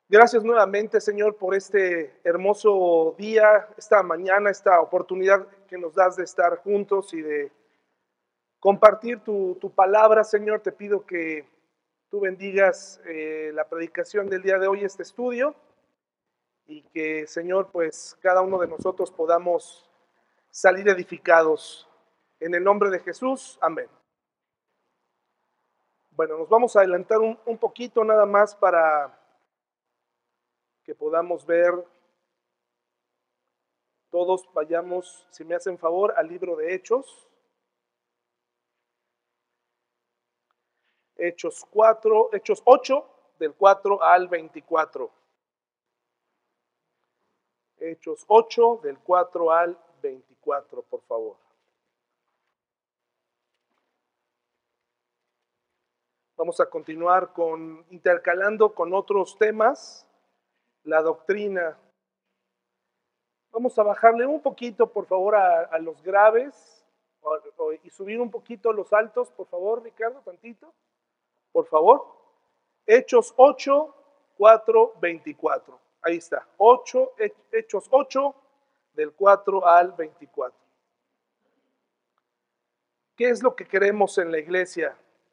Gracias nuevamente, Señor, por este hermoso día, esta mañana, esta oportunidad que nos das de estar juntos y de compartir tu palabra, Señor. Te pido que tú bendigas la predicación del día de hoy, este estudio, y que, Señor, pues cada uno de nosotros podamos salir edificados. En el nombre de Jesús, amén. Bueno, nos vamos a adelantar un poquito nada más para que podamos ver. Todos vayamos, si me hacen favor, al libro de Hechos. Hechos 8, del 4 al 24. Hechos 8, del 4 al 24, por favor. Vamos a continuar intercalando con otros temas, la doctrina. Vamos a bajarle un poquito, por favor, a los graves y subir un poquito los altos, por favor, Ricardo, tantito, por favor. Hechos 8, 4, 24. Ahí está, Hechos 8, del 4 al 24. ¿Qué es lo que queremos en la iglesia?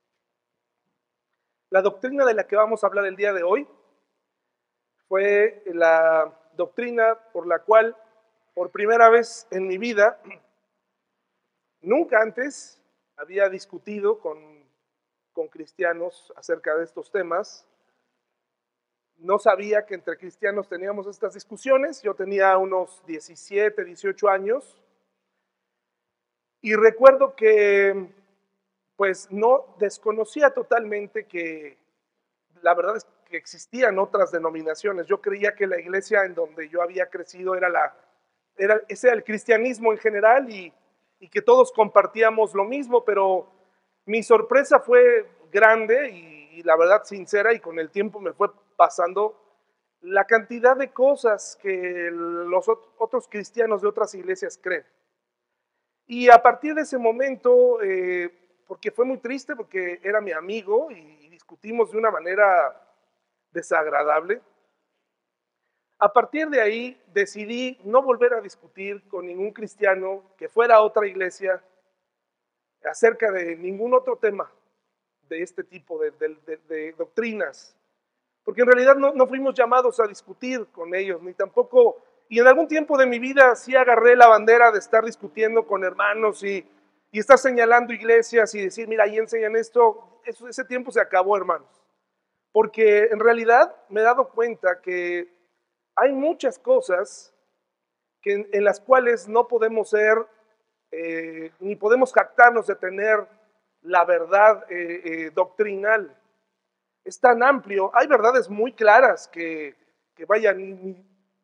La doctrina de la que vamos a hablar el día de hoy fue la doctrina por la cual, por primera vez en mi vida, nunca antes había discutido con cristianos acerca de estos temas. No sabía que entre cristianos teníamos estas discusiones. Yo tenía unos 17, 18 años y recuerdo que pues no desconocía totalmente que la verdad es que existían otras denominaciones. Yo creía que la iglesia en donde yo había crecido ese era el cristianismo en general y que todos compartíamos lo mismo, pero mi sorpresa fue grande y la verdad sincera, y con el tiempo me fue pasando la cantidad de cosas que los otros cristianos de otras iglesias creen. Y a partir de ese momento, porque fue muy triste, porque era mi amigo y discutimos de una manera desagradable, a partir de ahí decidí no volver a discutir con ningún cristiano que fuera a otra iglesia acerca de ningún otro tema de este tipo de doctrinas, porque en realidad no fuimos llamados a discutir con ellos, ni tampoco, y en algún tiempo de mi vida sí agarré la bandera de estar discutiendo con hermanos y estar señalando iglesias y decir, mira, ahí enseñan esto. Ese tiempo se acabó, hermanos, porque en realidad me he dado cuenta que hay muchas cosas en las cuales no podemos ser, ni podemos jactarnos de tener la verdad doctrinal. Es tan amplio, hay verdades muy claras que vayan,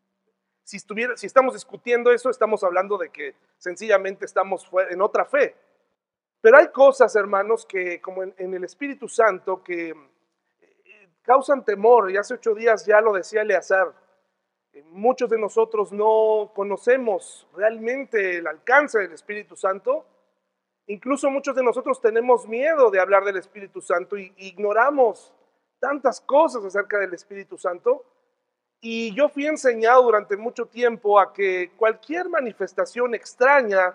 si estamos discutiendo eso, estamos hablando de que sencillamente estamos en otra fe. Pero hay cosas, hermanos, que como en el Espíritu Santo, que causan temor, y hace 8 días ya lo decía Eleazar. Muchos de nosotros no conocemos realmente el alcance del Espíritu Santo. Incluso muchos de nosotros tenemos miedo de hablar del Espíritu Santo y ignoramos tantas cosas acerca del Espíritu Santo. Y yo fui enseñado durante mucho tiempo a que cualquier manifestación extraña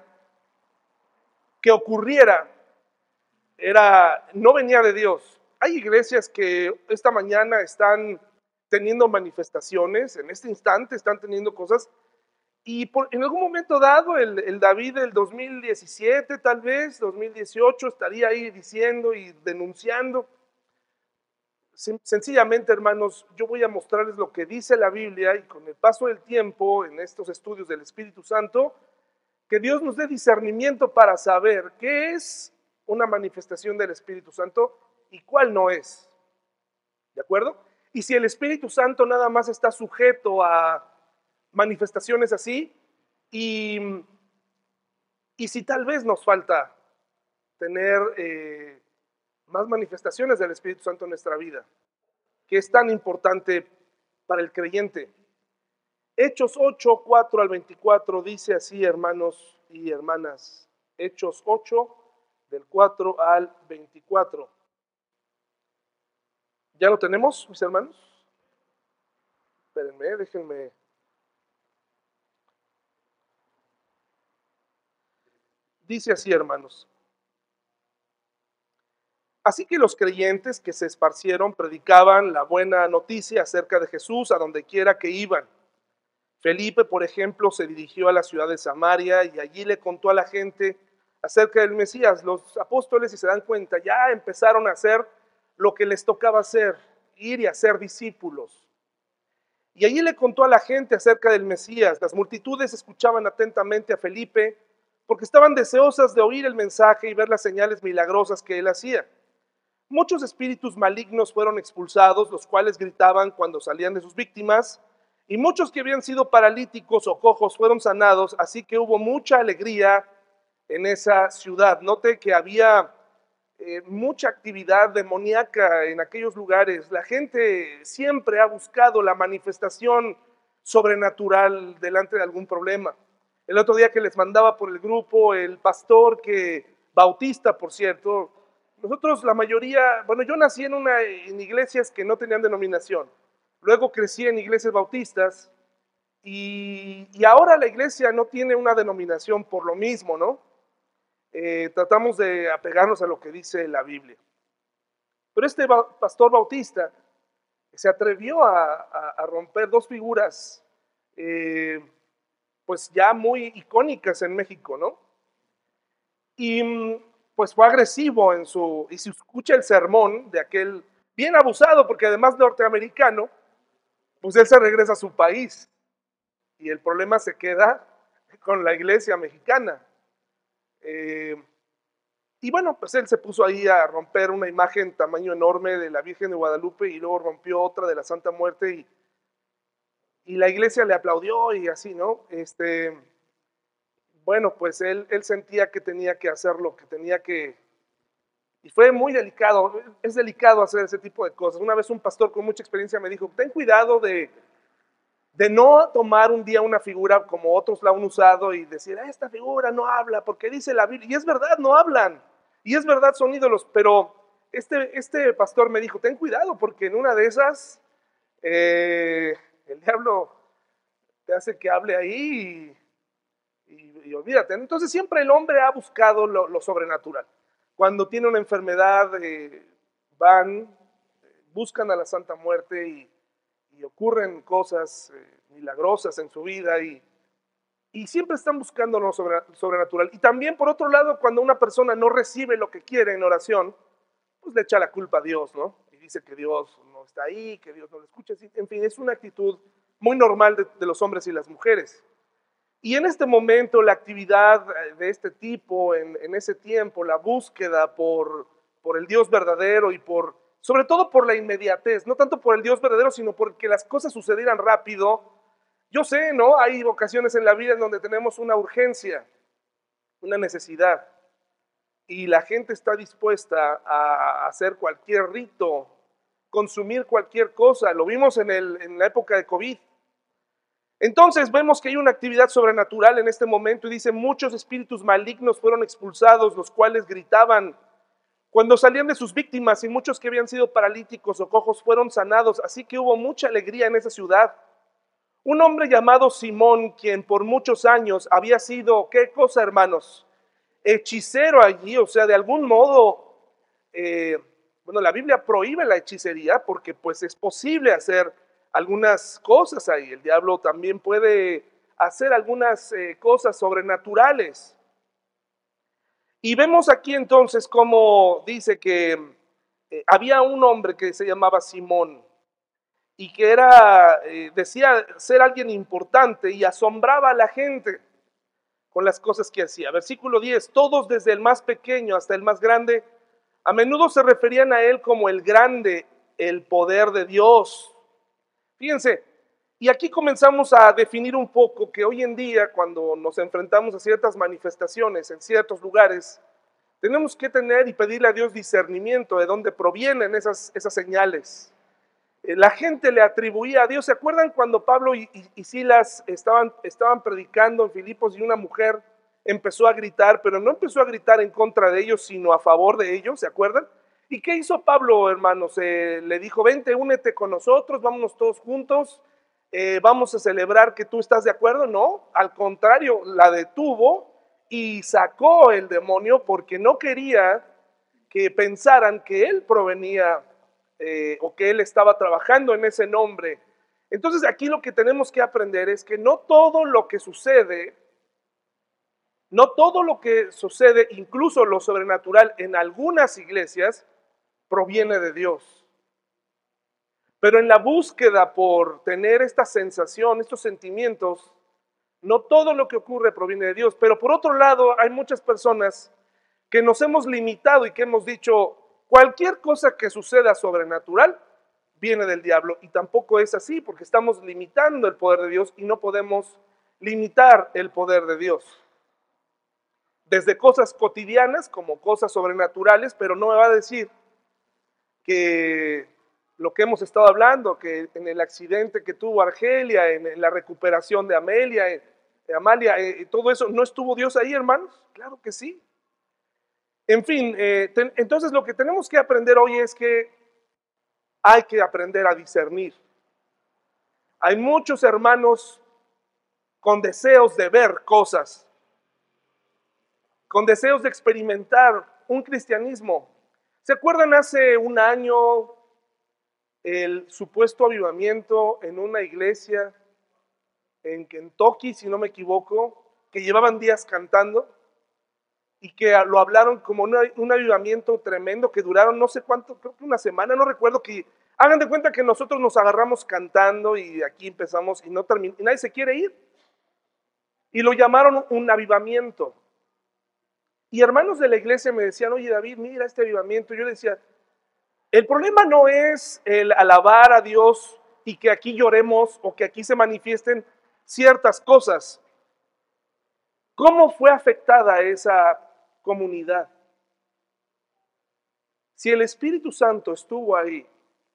que ocurriera no venía de Dios. Hay iglesias que esta mañana están teniendo manifestaciones, en este instante están teniendo cosas, y en algún momento dado, el David del 2017, tal vez, 2018, estaría ahí diciendo y denunciando. Sencillamente, hermanos, yo voy a mostrarles lo que dice la Biblia, y con el paso del tiempo, en estos estudios del Espíritu Santo, que Dios nos dé discernimiento para saber qué es una manifestación del Espíritu Santo y cuál no es. ¿De acuerdo? Y si el Espíritu Santo nada más está sujeto a manifestaciones así, y si tal vez nos falta tener más manifestaciones del Espíritu Santo en nuestra vida, que es tan importante para el creyente. Hechos 8, 4 al 24 dice así, hermanos y hermanas. Hechos 8, del 4 al 24. ¿Ya lo tenemos, mis hermanos? Espérenme, déjenme. Dice así, hermanos. Así que los creyentes que se esparcieron predicaban la buena noticia acerca de Jesús a donde quiera que iban. Felipe, por ejemplo, se dirigió a la ciudad de Samaria y allí le contó a la gente acerca del Mesías. Los apóstoles, si se dan cuenta, ya empezaron a hacer lo que les tocaba hacer, ir y hacer discípulos. Y allí le contó a la gente acerca del Mesías. Las multitudes escuchaban atentamente a Felipe porque estaban deseosas de oír el mensaje y ver las señales milagrosas que él hacía. Muchos espíritus malignos fueron expulsados, los cuales gritaban cuando salían de sus víctimas, y muchos que habían sido paralíticos o cojos fueron sanados, así que hubo mucha alegría en esa ciudad. Note que había mucha actividad demoníaca en aquellos lugares. La gente siempre ha buscado la manifestación sobrenatural delante de algún problema. El otro día que les mandaba por el grupo, el pastor bautista, por cierto, nosotros la mayoría, bueno, yo nací en iglesias que no tenían denominación. Luego crecí en iglesias bautistas y ahora la iglesia no tiene una denominación por lo mismo, ¿no? Tratamos de apegarnos a lo que dice la Biblia. Pero este pastor bautista se atrevió a romper dos figuras pues ya muy icónicas en México, ¿no? Y pues fue agresivo y si escucha el sermón de aquel bien abusado, porque además norteamericano, pues él se regresa a su país y el problema se queda con la iglesia mexicana. Y bueno, pues él se puso ahí a romper una imagen tamaño enorme de la Virgen de Guadalupe y luego rompió otra de la Santa Muerte y la iglesia le aplaudió y así, ¿no? Bueno, pues él sentía que tenía que hacer lo que tenía que, y fue muy delicado, es delicado hacer ese tipo de cosas. Una vez un pastor con mucha experiencia me dijo, ten cuidado de no tomar un día una figura como otros la han usado y decir, esta figura no habla porque dice la Biblia, y es verdad, no hablan, y es verdad, son ídolos, pero este pastor me dijo, ten cuidado porque en una de esas el diablo te hace que hable ahí y olvídate. Entonces siempre el hombre ha buscado lo sobrenatural. Cuando tiene una enfermedad, buscan a la Santa Muerte y ocurren cosas milagrosas en su vida y siempre están buscando lo sobrenatural. Y también, por otro lado, cuando una persona no recibe lo que quiere en oración, pues le echa la culpa a Dios, ¿no? Y dice que Dios no está ahí, que Dios no lo escucha. En fin, es una actitud muy normal de los hombres y las mujeres. Y en este momento la actividad de este tipo, en ese tiempo, la búsqueda por el Dios verdadero y sobre todo por la inmediatez, no tanto por el Dios verdadero, sino porque las cosas sucedieran rápido. Yo sé, ¿no? Hay ocasiones en la vida en donde tenemos una urgencia, una necesidad, y la gente está dispuesta a hacer cualquier rito, consumir cualquier cosa. Lo vimos en la época de COVID. Entonces vemos que hay una actividad sobrenatural en este momento y dice, muchos espíritus malignos fueron expulsados, los cuales gritaban cuando salían de sus víctimas, y muchos que habían sido paralíticos o cojos fueron sanados, así que hubo mucha alegría en esa ciudad. Un hombre llamado Simón, quien por muchos años había sido, ¿qué cosa, hermanos? Hechicero allí, o sea, de algún modo, bueno, la Biblia prohíbe la hechicería porque pues es posible hacer algunas cosas ahí. El diablo también puede hacer algunas cosas sobrenaturales. Y vemos aquí entonces cómo dice que había un hombre que se llamaba Simón y que decía ser alguien importante y asombraba a la gente con las cosas que hacía. Versículo 10, todos desde el más pequeño hasta el más grande, a menudo se referían a él como el grande, el poder de Dios. Fíjense, y aquí comenzamos a definir un poco que hoy en día, cuando nos enfrentamos a ciertas manifestaciones en ciertos lugares, tenemos que tener y pedirle a Dios discernimiento de dónde provienen esas señales. La gente le atribuía a Dios. ¿Se acuerdan cuando Pablo y Silas estaban predicando en Filipos y una mujer empezó a gritar, pero no empezó a gritar en contra de ellos, sino a favor de ellos? ¿Se acuerdan? ¿Y qué hizo Pablo, hermanos? Le dijo, vente, únete con nosotros, vámonos todos juntos. vamos a celebrar que tú estás de acuerdo. No, al contrario, la detuvo y sacó el demonio porque no quería que pensaran que él provenía o que él estaba trabajando en ese nombre. Entonces aquí lo que tenemos que aprender es que no todo lo que sucede, incluso lo sobrenatural en algunas iglesias, proviene de Dios. Pero en la búsqueda por tener esta sensación, estos sentimientos, no todo lo que ocurre proviene de Dios. Pero por otro lado, hay muchas personas que nos hemos limitado y que hemos dicho, cualquier cosa que suceda sobrenatural viene del diablo. Y tampoco es así, porque estamos limitando el poder de Dios y no podemos limitar el poder de Dios. Desde cosas cotidianas como cosas sobrenaturales, pero no me va a decir que lo que hemos estado hablando, que en el accidente que tuvo Argelia, en la recuperación de Amalia, todo eso, ¿no estuvo Dios ahí, hermanos? Claro que sí. En fin, entonces lo que tenemos que aprender hoy es que hay que aprender a discernir. Hay muchos hermanos con deseos de ver cosas, con deseos de experimentar un cristianismo. ¿Se acuerdan hace un año el supuesto avivamiento en una iglesia en Kentucky, si no me equivoco, que llevaban días cantando y que lo hablaron como un avivamiento tremendo que duraron no sé cuánto, creo que una semana, no recuerdo, que hagan de cuenta que nosotros nos agarramos cantando y aquí empezamos y y nadie se quiere ir? Y lo llamaron un avivamiento. Y hermanos de la iglesia me decían, oye David, mira este avivamiento. Yo decía, el problema no es el alabar a Dios y que aquí lloremos o que aquí se manifiesten ciertas cosas. ¿Cómo fue afectada esa comunidad? Si el Espíritu Santo estuvo ahí,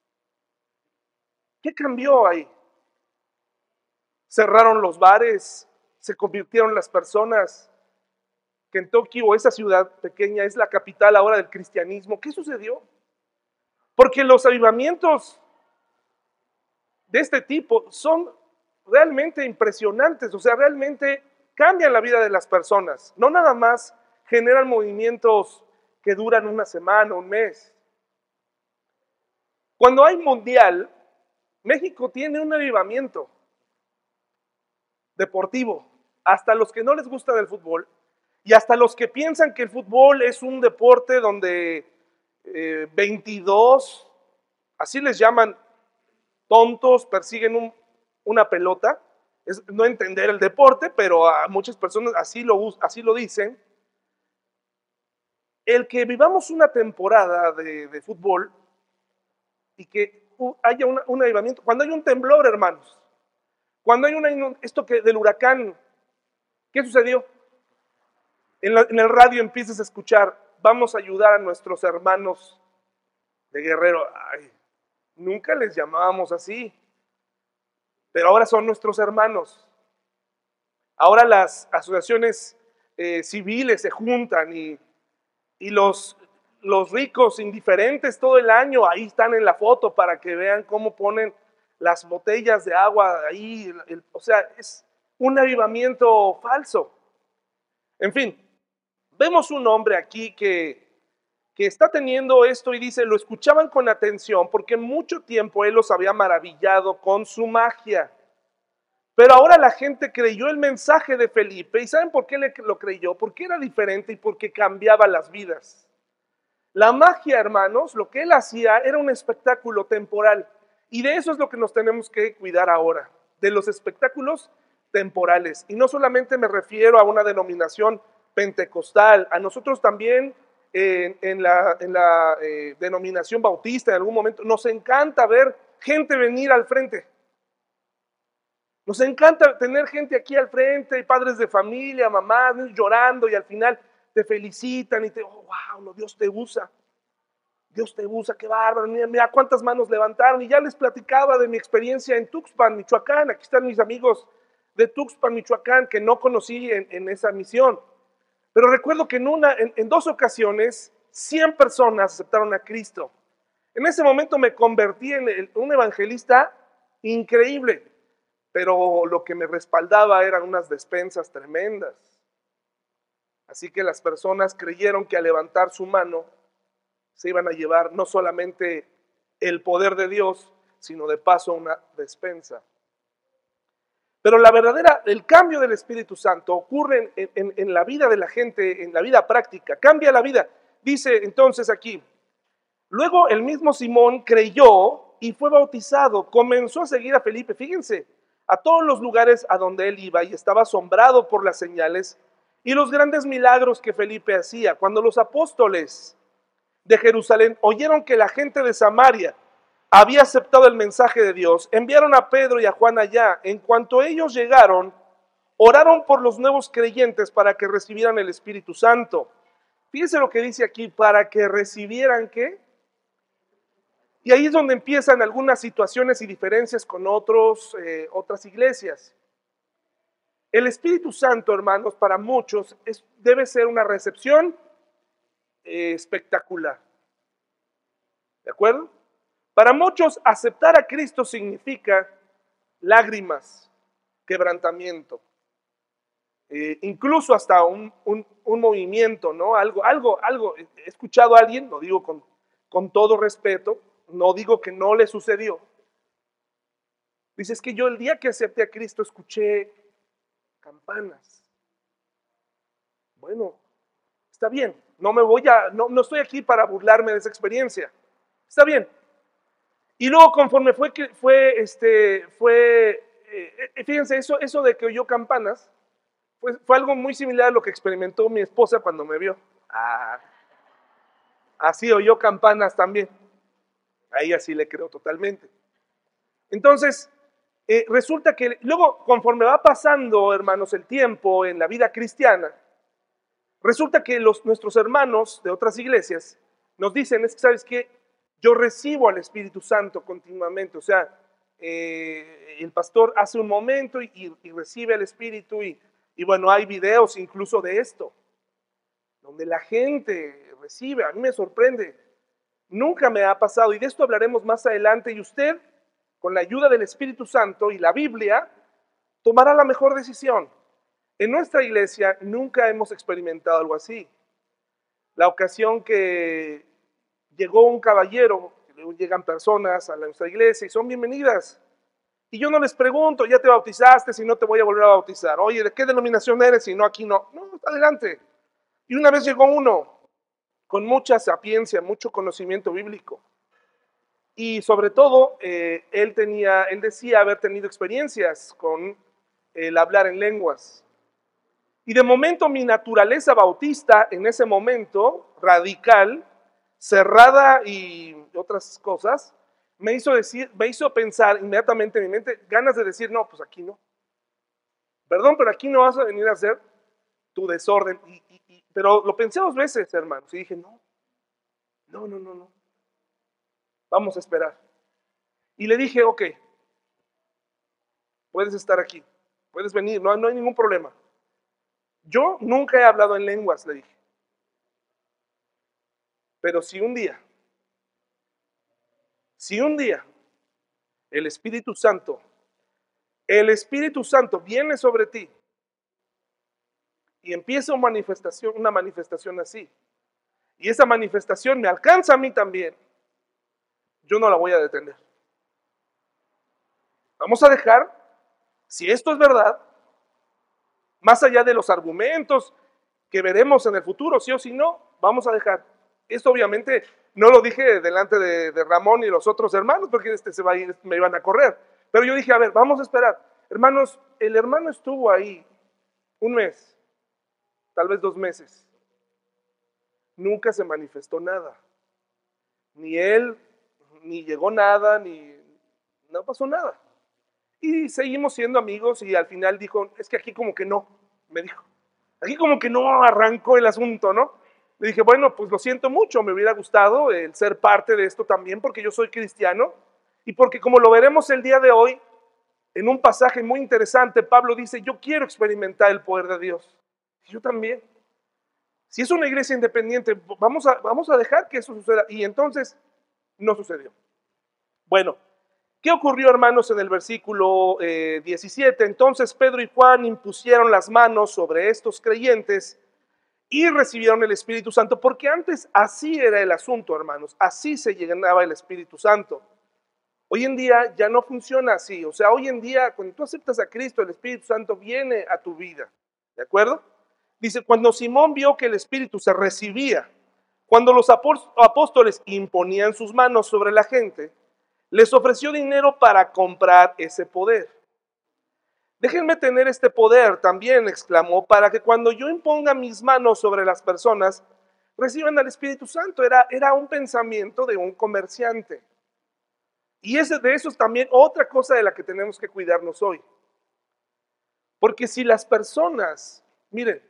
¿qué cambió ahí? Cerraron los bares, se convirtieron las personas. Kentucky o esa ciudad pequeña es la capital ahora del cristianismo. ¿Qué sucedió? Porque los avivamientos de este tipo son realmente impresionantes, o sea, realmente cambian la vida de las personas. No nada más generan movimientos que duran una semana, un mes. Cuando hay mundial, México tiene un avivamiento deportivo. Hasta los que no les gusta el fútbol y hasta los que piensan que el fútbol es un deporte donde 22, así les llaman, tontos, persiguen una pelota. Es no entender el deporte, pero a muchas personas así lo dicen. El que vivamos una temporada de fútbol y que haya un avivamiento, cuando hay un temblor, hermanos, cuando hay esto del huracán, ¿qué sucedió? En el radio empiezas a escuchar, vamos a ayudar a nuestros hermanos de Guerrero. Ay, nunca les llamábamos así, pero ahora son nuestros hermanos. Ahora las asociaciones civiles se juntan y los ricos indiferentes todo el año ahí están en la foto para que vean cómo ponen las botellas de agua ahí. O sea, es un avivamiento falso. En fin, vemos un hombre aquí que está teniendo esto y dice, lo escuchaban con atención porque mucho tiempo él los había maravillado con su magia. Pero ahora la gente creyó el mensaje de Felipe. ¿Y saben por qué lo creyó? Porque era diferente y porque cambiaba las vidas. La magia, hermanos, lo que él hacía era un espectáculo temporal. Y de eso es lo que nos tenemos que cuidar ahora, de los espectáculos temporales. Y no solamente me refiero a una denominación pentecostal, a nosotros también en la denominación bautista en algún momento, nos encanta ver gente venir al frente. Nos encanta tener gente aquí al frente, padres de familia, mamás, llorando y al final te felicitan y oh, wow, no, Dios te usa, qué bárbaro, mira cuántas manos levantaron. Y ya les platicaba de mi experiencia en Tuxpan, Michoacán. Aquí están mis amigos de Tuxpan, Michoacán, que no conocí en esa misión. Pero recuerdo que en 2 ocasiones, 100 personas aceptaron a Cristo. En ese momento me convertí en un evangelista increíble. pero lo que me respaldaba eran unas despensas tremendas. Así que las personas creyeron que al levantar su mano se iban a llevar no solamente el poder de Dios, sino de paso una despensa. Pero el cambio del Espíritu Santo ocurre en la vida de la gente, en la vida práctica, cambia la vida. Dice entonces aquí, luego el mismo Simón creyó y fue bautizado, comenzó a seguir a Felipe, fíjense, a todos los lugares a donde él iba y estaba asombrado por las señales y los grandes milagros que Felipe hacía. Cuando los apóstoles de Jerusalén oyeron que la gente de Samaria había aceptado el mensaje de Dios, enviaron a Pedro y a Juan allá. En cuanto ellos llegaron, oraron por los nuevos creyentes para que recibieran el Espíritu Santo. Fíjense lo que dice aquí, para que recibieran ¿qué? Y ahí es donde empiezan algunas situaciones y diferencias con otras iglesias. El Espíritu Santo, hermanos, para muchos debe ser una recepción espectacular. ¿De acuerdo? Para muchos, aceptar a Cristo significa lágrimas, quebrantamiento, incluso hasta un movimiento, ¿no? Algo. He escuchado a alguien, lo digo con todo respeto, no digo que no le sucedió. Dice, es que yo el día que acepté a Cristo escuché campanas. Bueno, está bien, no estoy aquí para burlarme de esa experiencia. Está bien. Y luego conforme fíjense, eso de que oyó campanas, fue algo muy similar a lo que experimentó mi esposa cuando me vio. Así oyó campanas también. A ella sí le creo totalmente. Entonces, resulta que luego, conforme va pasando, hermanos, el tiempo en la vida cristiana, resulta que nuestros hermanos de otras iglesias nos dicen, es que, ¿sabes qué? Yo recibo al Espíritu Santo continuamente, o sea, el pastor hace un momento y recibe al Espíritu y bueno, hay videos incluso de esto, donde la gente recibe. A mí me sorprende, nunca me ha pasado y de esto hablaremos más adelante y usted, con la ayuda del Espíritu Santo y la Biblia, tomará la mejor decisión. En nuestra iglesia nunca hemos experimentado algo así. La ocasión que llegó un caballero, llegan personas a nuestra iglesia y son bienvenidas. Y yo no les pregunto, ¿ya te bautizaste? Si no, te voy a volver a bautizar. Oye, ¿de qué denominación eres? Si no, aquí no. No, adelante. Y una vez llegó uno con mucha sapiencia, mucho conocimiento bíblico. Y sobre todo, él decía haber tenido experiencias con el hablar en lenguas. Y de momento mi naturaleza bautista, en ese momento, radical, cerrada y otras cosas, me hizo pensar inmediatamente en mi mente, ganas de decir, no, pues aquí no. Perdón, pero aquí no vas a venir a hacer tu desorden. Pero lo pensé 2 veces, hermanos, y dije, no. Vamos a esperar. Y le dije, ok, puedes estar aquí, puedes venir, no hay ningún problema. Yo nunca he hablado en lenguas, le dije. Pero si un día el Espíritu Santo viene sobre ti y empieza una manifestación así, y esa manifestación me alcanza a mí también, yo no la voy a detener. Vamos a dejar, si esto es verdad, más allá de los argumentos que veremos en el futuro, sí o sí no, vamos a dejar. Esto obviamente no lo dije delante de Ramón y los otros hermanos, porque me iban a correr. Pero yo dije, a ver, vamos a esperar. Hermanos, el hermano estuvo ahí 1 mes, tal vez 2 meses. Nunca se manifestó nada. Ni él, ni llegó nada, no pasó nada. Y seguimos siendo amigos y al final dijo, es que aquí como que no, me dijo. Aquí como que no arrancó el asunto, ¿no? Le dije, bueno, pues lo siento mucho, me hubiera gustado el ser parte de esto también porque yo soy cristiano y porque como lo veremos el día de hoy, en un pasaje muy interesante, Pablo dice, yo quiero experimentar el poder de Dios. Y yo también. Si es una iglesia independiente, vamos a dejar que eso suceda. Y entonces, no sucedió. Bueno, ¿Qué ocurrió, hermanos, en el versículo 17? Entonces Pedro y Juan impusieron las manos sobre estos creyentes y recibieron el Espíritu Santo, porque antes así era el asunto, hermanos, así se llenaba el Espíritu Santo. Hoy en día ya no funciona así, o sea, hoy en día cuando tú aceptas a Cristo, el Espíritu Santo viene a tu vida, ¿de acuerdo? Dice, cuando Simón vio que el Espíritu se recibía, cuando los apóstoles imponían sus manos sobre la gente, les ofreció dinero para comprar ese poder. Déjenme tener este poder también, exclamó, para que cuando yo imponga mis manos sobre las personas, reciban al Espíritu Santo. Era un pensamiento de un comerciante. Y de eso es también otra cosa de la que tenemos que cuidarnos hoy. Porque si las personas, miren,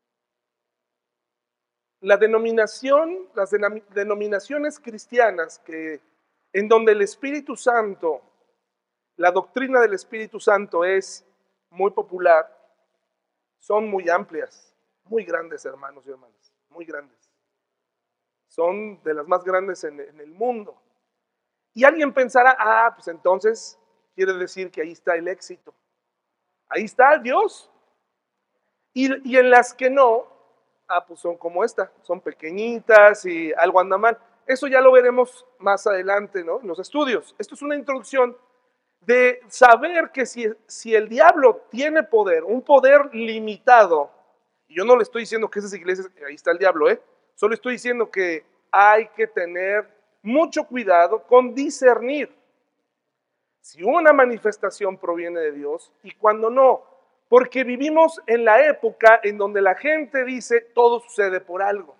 las denominaciones cristianas en donde el Espíritu Santo, la doctrina del Espíritu Santo es muy popular, son muy amplias, muy grandes, hermanos y hermanas, muy grandes. Son de las más grandes en el mundo. Y alguien pensará, pues entonces quiere decir que ahí está el éxito. Ahí está Dios. Y en las que no, pues son como esta, son pequeñitas y algo anda mal. Eso ya lo veremos más adelante, ¿no? En los estudios. Esto es una introducción de saber que si el diablo tiene poder, un poder limitado, y yo no le estoy diciendo que esas iglesias, ahí está el diablo, solo estoy diciendo que hay que tener mucho cuidado con discernir si una manifestación proviene de Dios y cuando no, porque vivimos en la época en donde la gente dice todo sucede por algo.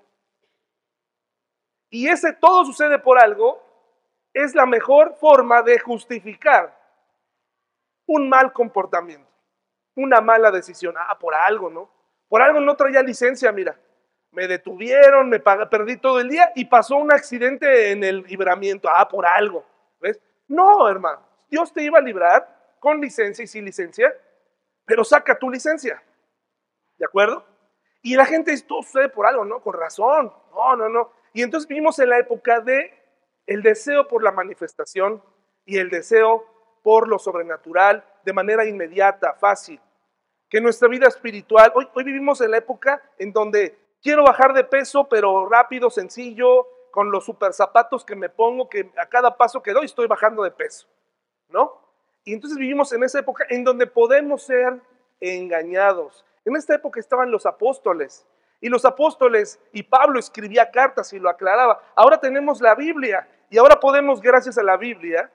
Y ese todo sucede por algo es la mejor forma de justificar un mal comportamiento, una mala decisión. Por algo, ¿no? Por algo no traía licencia, mira. Me detuvieron, perdí todo el día y pasó un accidente en el libramiento. Por algo. ¿Ves? No, hermano. Dios te iba a librar con licencia y sin licencia, pero saca tu licencia. ¿De acuerdo? Y la gente dice, todo sucede por algo, ¿no? Con razón. No. Y entonces vivimos en la época de el deseo por la manifestación y el deseo por lo sobrenatural de manera inmediata, fácil. Que nuestra vida espiritual, hoy vivimos en la época en donde quiero bajar de peso, pero rápido, sencillo, con los super zapatos que me pongo, que a cada paso que doy estoy bajando de peso, ¿no? Y entonces vivimos en esa época en donde podemos ser engañados. En esta época estaban los apóstoles, y los apóstoles, y Pablo escribía cartas y lo aclaraba. Ahora tenemos la Biblia, y ahora podemos, gracias a la Biblia,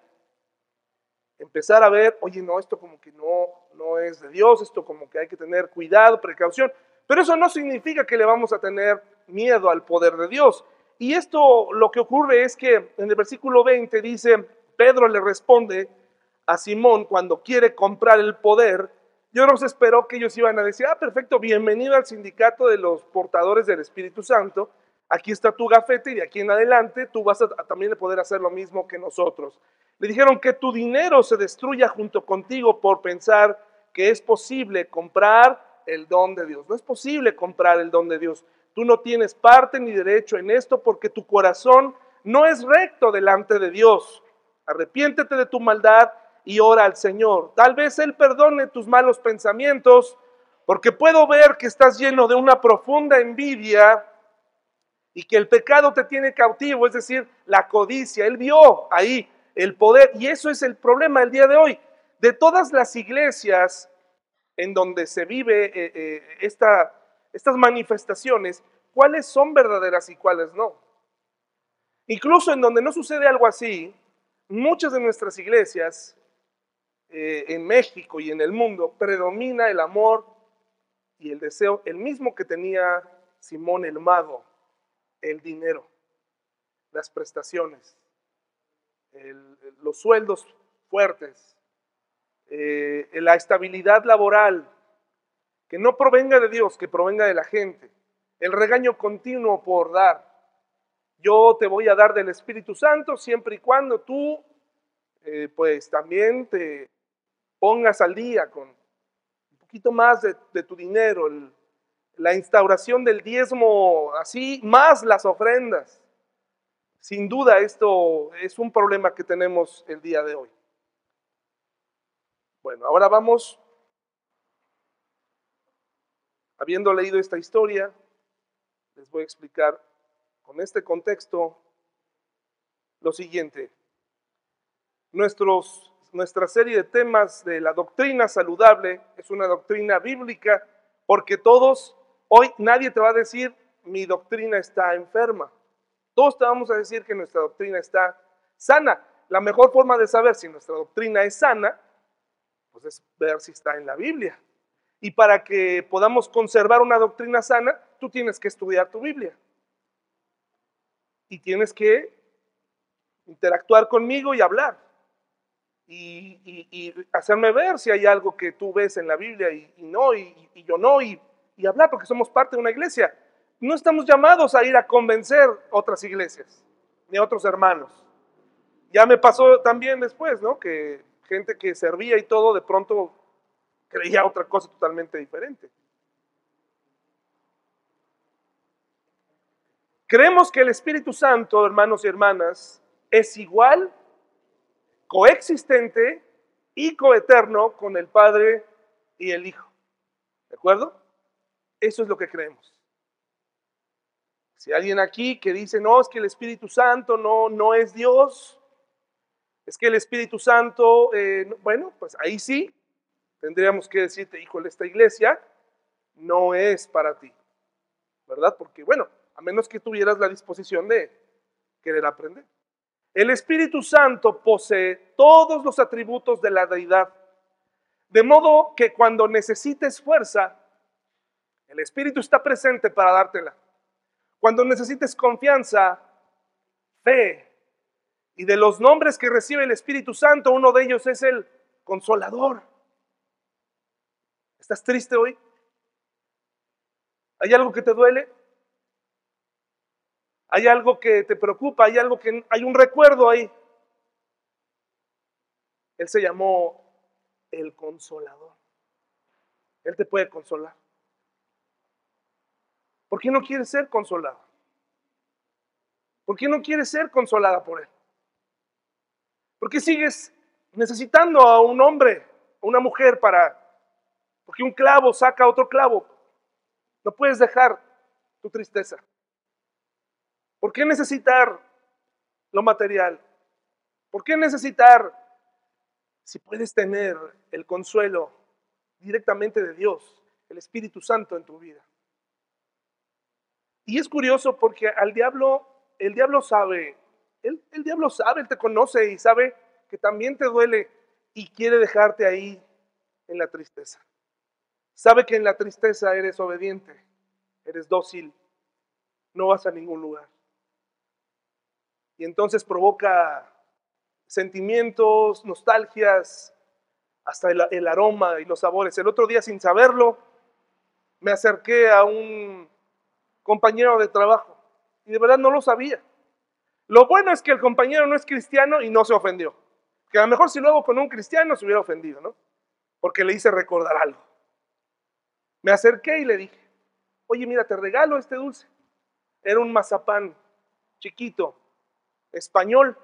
empezar a ver, oye, no, esto como que no es de Dios, esto como que hay que tener cuidado, precaución, pero eso no significa que le vamos a tener miedo al poder de Dios. Y esto lo que ocurre es que en el versículo 20 dice, Pedro le responde a Simón cuando quiere comprar el poder. Yo no se esperó que ellos iban a decir, perfecto, bienvenido al sindicato de los portadores del Espíritu Santo, aquí está tu gafete y de aquí en adelante tú vas a también poder hacer lo mismo que nosotros. Le dijeron que tu dinero se destruya junto contigo por pensar que es posible comprar el don de Dios. No es posible comprar el don de Dios. Tú no tienes parte ni derecho en esto porque tu corazón no es recto delante de Dios. Arrepiéntete de tu maldad y ora al Señor. Tal vez Él perdone tus malos pensamientos, porque puedo ver que estás lleno de una profunda envidia y que el pecado te tiene cautivo, es decir, la codicia. Él vio ahí el poder, y eso es el problema el día de hoy. De todas las iglesias en donde se vive estas manifestaciones, ¿cuáles son verdaderas y cuáles no? Incluso en donde no sucede algo así, muchas de nuestras iglesias en México y en el mundo predomina el amor y el deseo, el mismo que tenía Simón el mago, el dinero, las prestaciones, los sueldos fuertes, la estabilidad laboral, que no provenga de Dios, que provenga de la gente, el regaño continuo por dar. Yo te voy a dar del Espíritu Santo siempre y cuando tú pues también te pongas al día con un poquito más de tu dinero, la instauración del diezmo así, más las ofrendas. Sin duda esto es un problema que tenemos el día de hoy. Bueno, ahora vamos, habiendo leído esta historia, les voy a explicar con este contexto lo siguiente. Nuestra serie de temas de la doctrina saludable es una doctrina bíblica, porque hoy nadie te va a decir mi doctrina está enferma. Todos te vamos a decir que nuestra doctrina está sana. La mejor forma de saber si nuestra doctrina es sana, pues es ver si está en la Biblia. Y para que podamos conservar una doctrina sana, tú tienes que estudiar tu Biblia. Y tienes que interactuar conmigo y hablar. Y hacerme ver si hay algo que tú ves en la Biblia y no, y yo no, y hablar, porque somos parte de una iglesia. No estamos llamados a ir a convencer otras iglesias, ni a otros hermanos. Ya me pasó también después, ¿no? Que gente que servía y todo, de pronto creía otra cosa totalmente diferente. Creemos que el Espíritu Santo, hermanos y hermanas, es igual, coexistente y coeterno con el Padre y el Hijo. ¿De acuerdo? Eso es lo que creemos. Si hay alguien aquí que dice, no, es que el Espíritu Santo no es Dios, es que el Espíritu Santo, bueno, pues ahí sí, tendríamos que decirte, híjole, esta iglesia no es para ti, ¿verdad? Porque, bueno, a menos que tuvieras la disposición de querer aprender. El Espíritu Santo posee todos los atributos de la deidad, de modo que cuando necesites fuerza, el Espíritu está presente para dártela. Cuando necesites confianza, fe, y de los nombres que recibe el Espíritu Santo, uno de ellos es el Consolador. ¿Estás triste hoy? ¿Hay algo que te duele? ¿Hay algo que te preocupa? ¿Hay un recuerdo ahí? Él se llamó el Consolador. Él te puede consolar. ¿Por qué no quieres ser consolado? ¿Por qué no quieres ser consolada por Él? ¿Por qué sigues necesitando a un hombre, a una mujer porque un clavo saca otro clavo? No puedes dejar tu tristeza. ¿Por qué necesitar lo material? ¿Por qué necesitar, si puedes tener el consuelo directamente de Dios, el Espíritu Santo en tu vida? Y es curioso porque el diablo sabe, el diablo sabe, él te conoce y sabe que también te duele y quiere dejarte ahí en la tristeza. Sabe que en la tristeza eres obediente, eres dócil, no vas a ningún lugar. Y entonces provoca sentimientos, nostalgias, hasta el aroma y los sabores. El otro día, sin saberlo, me acerqué a un compañero de trabajo y de verdad no lo sabía. Lo bueno es que el compañero no es cristiano y no se ofendió. Que a lo mejor si lo hago con un cristiano se hubiera ofendido, ¿no? Porque le hice recordar algo. Me acerqué y le dije, oye, mira, te regalo este dulce. Era un mazapán chiquito, español,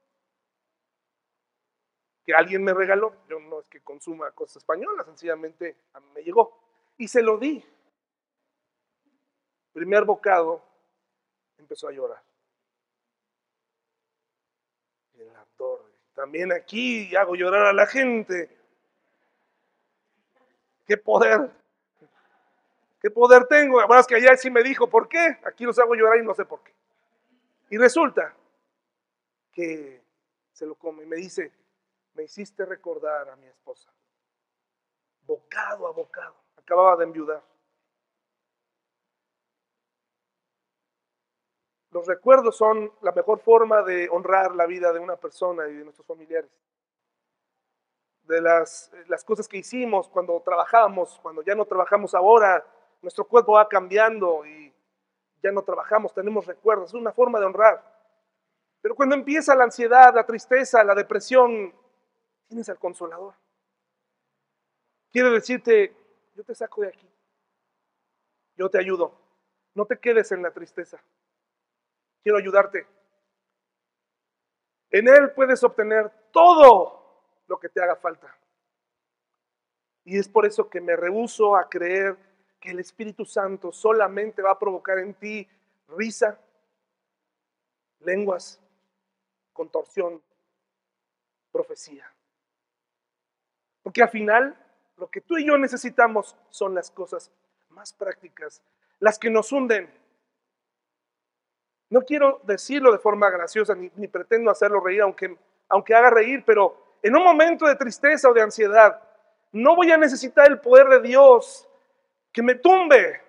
que alguien me regaló. Yo no es que consuma cosas españolas, sencillamente a mí me llegó. Y se lo di. Primer bocado, empezó a llorar. Y en la torre. También aquí hago llorar a la gente. ¡Qué poder! ¿Qué poder tengo? La verdad es que allá sí me dijo, ¿por qué? Aquí los hago llorar y no sé por qué. Y resulta que se lo come y me dice, me hiciste recordar a mi esposa. Bocado a bocado. Acababa de enviudar. Los recuerdos son la mejor forma de honrar la vida de una persona y de nuestros familiares. De las cosas que hicimos cuando trabajábamos, cuando ya no trabajamos ahora, nuestro cuerpo va cambiando y ya no trabajamos, tenemos recuerdos, es una forma de honrar. Pero cuando empieza la ansiedad, la tristeza, la depresión, tienes al Consolador. Quiere decirte, yo te saco de aquí, yo te ayudo, no te quedes en la tristeza, quiero ayudarte. En Él puedes obtener todo lo que te haga falta. Y es por eso que me rehúso a creer que el Espíritu Santo solamente va a provocar en ti risa, lenguas, contorsión, profecía. Porque al final lo que tú y yo necesitamos son las cosas más prácticas, las que nos hunden. No quiero decirlo de forma graciosa, ni pretendo hacerlo reír, aunque haga reír, pero en un momento de tristeza o de ansiedad, no voy a necesitar el poder de Dios que me tumbe.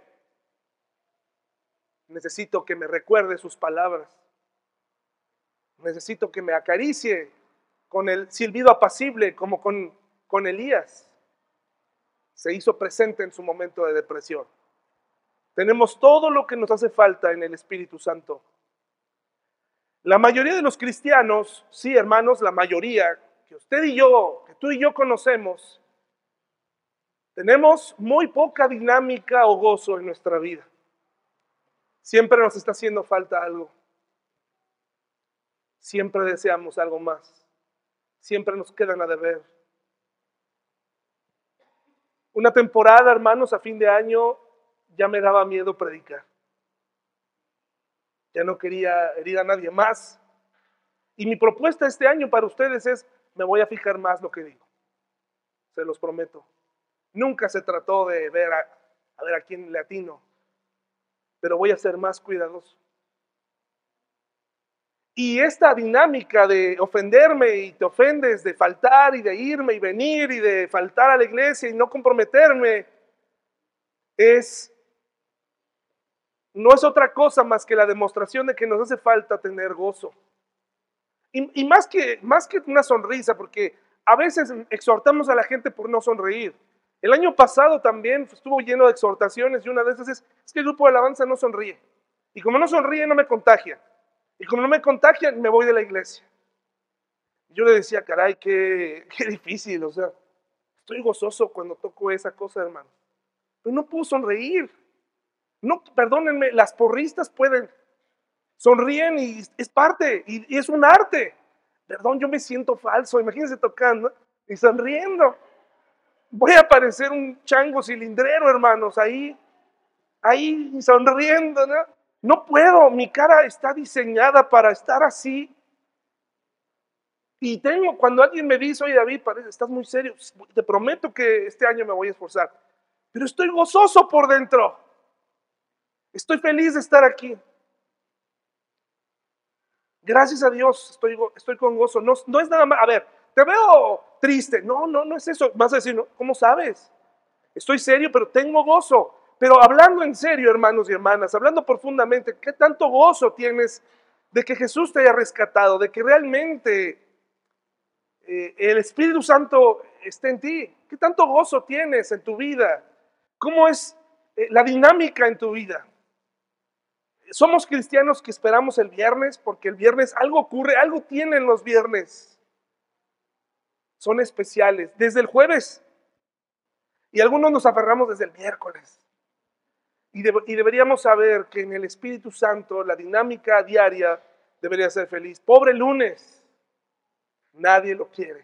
Necesito que me recuerde sus palabras. Necesito que me acaricie con el silbido apacible, como con Elías. Se hizo presente en su momento de depresión. Tenemos todo lo que nos hace falta en el Espíritu Santo. La mayoría de los cristianos, sí, hermanos, la mayoría, que usted y yo, que tú y yo conocemos, tenemos muy poca dinámica o gozo en nuestra vida. Siempre nos está haciendo falta algo. Siempre deseamos algo más. Siempre nos quedan a deber. Una temporada, hermanos, a fin de año ya me daba miedo predicar. Ya no quería herir a nadie más. Y mi propuesta este año para ustedes es, me voy a fijar más lo que digo. Se los prometo. Nunca se trató de ver a quién le atino, pero voy a ser más cuidadoso. Y esta dinámica de ofenderme y te ofendes, de faltar y de irme y venir y de faltar a la iglesia y no comprometerme, no es otra cosa más que la demostración de que nos hace falta tener gozo. Y más que una sonrisa, porque a veces exhortamos a la gente por no sonreír. El año pasado también estuvo lleno de exhortaciones y una de esas es que el grupo de alabanza no sonríe. Y como no sonríe, no me contagia. Y como no me contagian, me voy de la iglesia. Yo le decía, caray, qué difícil, o sea, estoy gozoso cuando toco esa cosa, hermano. Pero no puedo sonreír. No, perdónenme, las porristas pueden, sonríen y es parte, y es un arte. Perdón, yo me siento falso, imagínense tocando y sonriendo. Voy a parecer un chango cilindrero, hermanos, ahí sonriendo, ¿no? No puedo, mi cara está diseñada para estar así. Y cuando alguien me dice, oye David, estás muy serio, te prometo que este año me voy a esforzar. Pero estoy gozoso por dentro. Estoy feliz de estar aquí. Gracias a Dios estoy con gozo. No es nada más, a ver, te veo triste. No es eso. Vas a decir, no, ¿cómo sabes? Estoy serio, pero tengo gozo. Pero hablando en serio, hermanos y hermanas, hablando profundamente, ¿qué tanto gozo tienes de que Jesús te haya rescatado? De que realmente el Espíritu Santo esté en ti. ¿Qué tanto gozo tienes en tu vida? ¿Cómo es la dinámica en tu vida? Somos cristianos que esperamos el viernes porque el viernes algo ocurre, algo tienen los viernes. Son especiales. Desde el jueves. Y algunos nos aferramos desde el miércoles. Y deberíamos saber que en el Espíritu Santo la dinámica diaria debería ser feliz. Pobre lunes. Nadie lo quiere.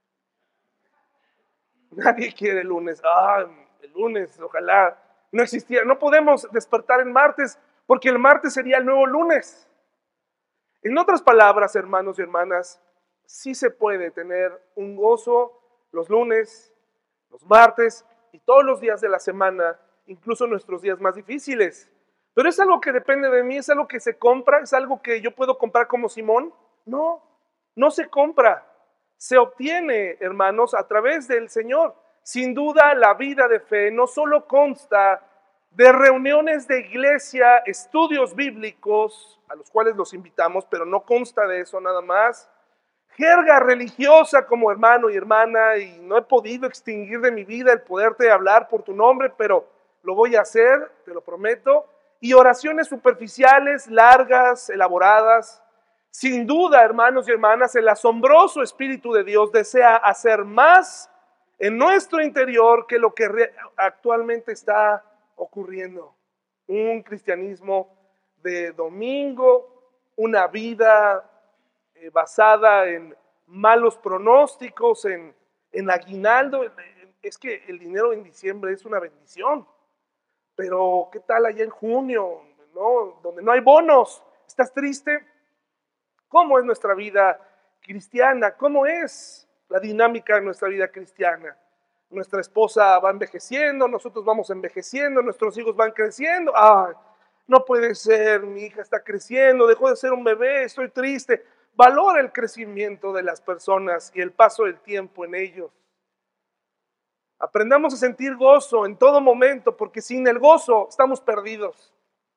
Nadie quiere el lunes. El lunes, ojalá no existiera. No podemos despertar en martes porque el martes sería el nuevo lunes. En otras palabras, hermanos y hermanas, sí se puede tener un gozo los lunes, los martes y todos los días de la semana, incluso nuestros días más difíciles. Pero es algo que depende de mí, es algo que se compra, es algo que yo puedo comprar como Simón. No se compra. Se obtiene, hermanos, a través del Señor. Sin duda, la vida de fe no solo consta de reuniones de iglesia, estudios bíblicos, a los cuales los invitamos, pero no consta de eso nada más. Jerga religiosa como hermano y hermana, y no he podido extinguir de mi vida el poderte hablar por tu nombre, pero lo voy a hacer, te lo prometo. Y oraciones superficiales, largas, elaboradas. Sin duda, hermanos y hermanas, el asombroso Espíritu de Dios desea hacer más en nuestro interior que lo que actualmente está ocurriendo. Un cristianismo de domingo, una vida basada en malos pronósticos, en aguinaldo. es que el dinero en diciembre es una bendición, pero ¿qué tal allá en junio, ¿no? Donde no hay bonos? ¿Estás triste? ¿Cómo es nuestra vida cristiana? ¿Cómo es la dinámica de nuestra vida cristiana? Nuestra esposa va envejeciendo, nosotros vamos envejeciendo, nuestros hijos van creciendo. ¡Ay, no puede ser! Mi hija está creciendo, dejó de ser un bebé, estoy triste. Valora el crecimiento de las personas y el paso del tiempo en ellos. Aprendamos a sentir gozo en todo momento, porque sin el gozo estamos perdidos.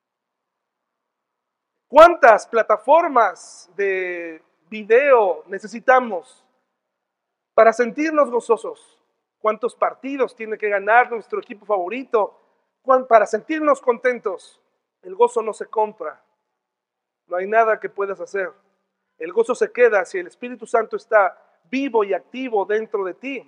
¿Cuántas plataformas de video necesitamos para sentirnos gozosos? ¿Cuántos partidos tiene que ganar nuestro equipo favorito para sentirnos contentos? El gozo no se compra. No hay nada que puedas hacer. El gozo se queda si el Espíritu Santo está vivo y activo dentro de ti.